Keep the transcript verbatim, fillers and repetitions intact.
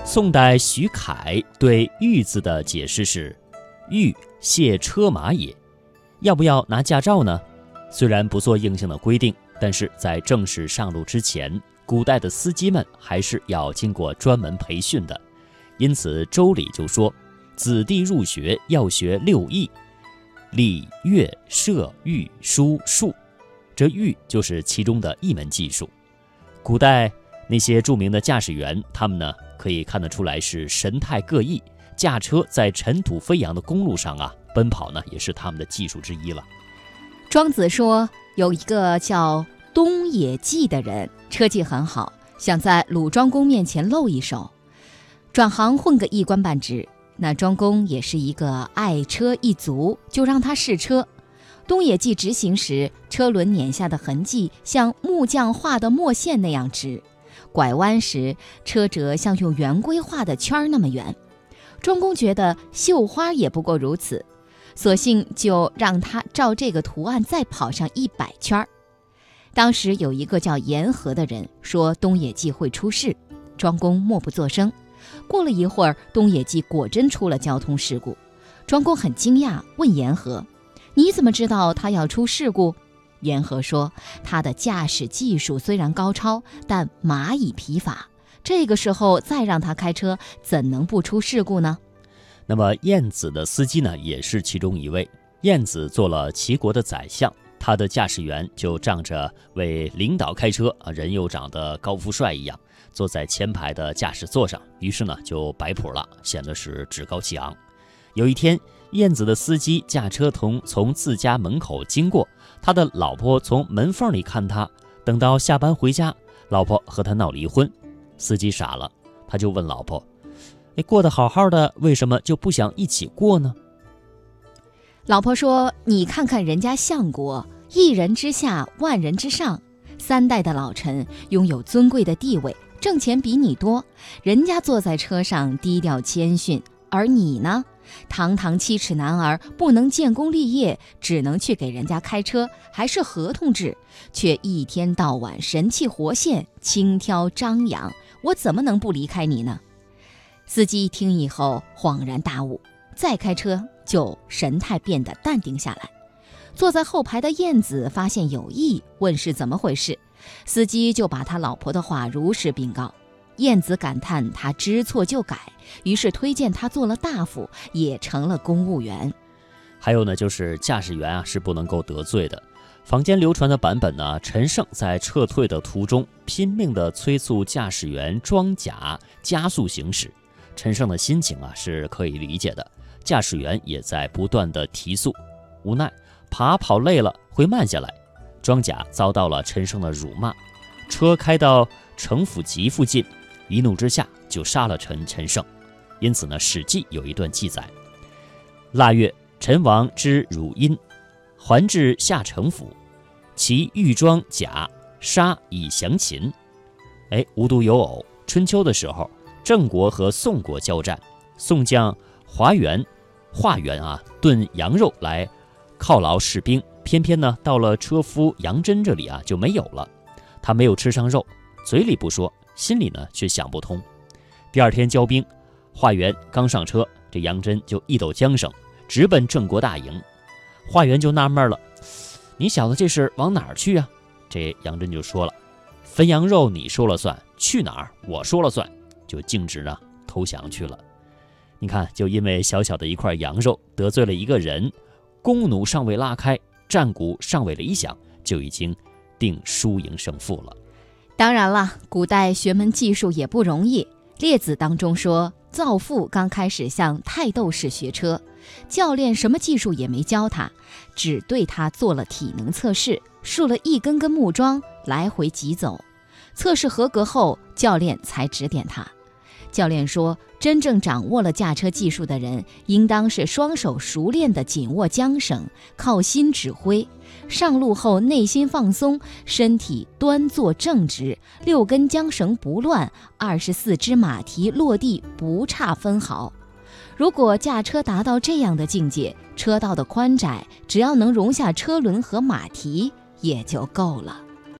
宋代徐凯对御字的解释是：御，卸车马也。要不要拿驾照呢？虽然不做硬性的规定，但是在正式上路之前，古代的司机们还是要经过专门培训的。因此周礼就说，子弟入学要学六艺：礼、乐、射、御、书、数。这御就是其中的一门技术。古代那些著名的驾驶员，他们呢可以看得出来是神态各异，驾车在尘土飞扬的公路上啊奔跑呢，也是他们的技术之一了。 庄子说，有一个叫东野季的人，车技很好，想在鲁庄公面前露一手，转行混个一官半职。那庄公也是一个爱车一族，就让他试车。东野季直行时，车轮碾下的痕迹像木匠画的墨线那样直，拐弯时车辙像用圆规画的圈那么圆。庄公觉得绣花也不过如此，索性就让他照这个图案再跑上一百圈。当时有一个叫严和的人说东野季会出事，庄公默不作声。过了一会儿，东野季果真出了交通事故。庄公很惊讶，问严和，你怎么知道他要出事故？严和说，他的驾驶技术虽然高超，但马已疲乏，这个时候再让他开车，怎能不出事故呢？ 那么晏子的司机呢，也是其中一位。晏子做了齐国的宰相，他的驾驶员就仗着为领导开车啊，人又长得高富帅一样，坐在前排的驾驶座上，于是呢就摆谱了，显得是趾高气昂。有一天，晏子的司机驾车从从自家门口经过，他的老婆从门缝里看他，等到下班回家，老婆和他闹离婚。司机傻了，他就问老婆，哎，过得好好的，为什么就不想一起过呢？ 老婆说，你看看人家相国，一人之下，万人之上，三代的老臣，拥有尊贵的地位，挣钱比你多，人家坐在车上低调谦逊，而你呢，堂堂七尺男儿，不能建功立业，只能去给人家开车，还是合同制，却一天到晚神气活现，轻佻张扬，我怎么能不离开你呢？司机听以后恍然大悟，再开车就神态变得淡定下来。坐在后排的晏子发现有异，问是怎么回事，司机就把他老婆的话如实禀告。晏子感叹他知错就改，于是推荐他做了大夫，也成了公务员。 还有呢，就是驾驶员啊是不能够得罪的。坊间流传的版本呢，陈胜在撤退的途中拼命地催促驾驶员装甲加速行驶。陈胜的心情啊是可以理解的，驾驶员也在不断地提速，无奈爬跑累了会慢下来，装甲遭到了陈胜的辱骂，车开到城府集附近，一怒之下就杀了陈陈胜。因此呢，《史记》有一段记载：腊月，陈王之汝阴，还至下城府，其欲装甲，杀以降秦。哎，无独有偶，春秋的时候，郑国和宋国交战，宋将华元、华元啊炖羊肉来犒劳士兵，偏偏呢到了车夫杨真这里啊就没有了。他没有吃上肉，嘴里不说，心里呢却想不通。第二天交兵，华元刚上车，这杨真就一抖缰绳，直奔郑国大营。华元就纳闷了，你小子这是往哪儿去啊？这杨真就说了，分羊肉你说了算，去哪儿我说了算，就径直呢投降去了。你看，就因为小小的一块羊肉得罪了一个人，弓弩尚未拉开，战鼓尚未擂响，就已经定输赢胜负了。 当然了，古代学门技术也不容易。列子当中说，造父刚开始向太斗士学车，教练什么技术也没教他，只对他做了体能测试，竖了一根根木桩来回疾走。测试合格后，教练才指点他。教练说，真正掌握了驾车技术的人，应当是双手熟练地紧握缰绳，靠心指挥，上路后内心放松，身体端坐正直，六根缰绳不乱，二十四只马蹄落地不差分毫。如果驾车达到这样的境界，车道的宽窄只要能容下车轮和马蹄也就够了。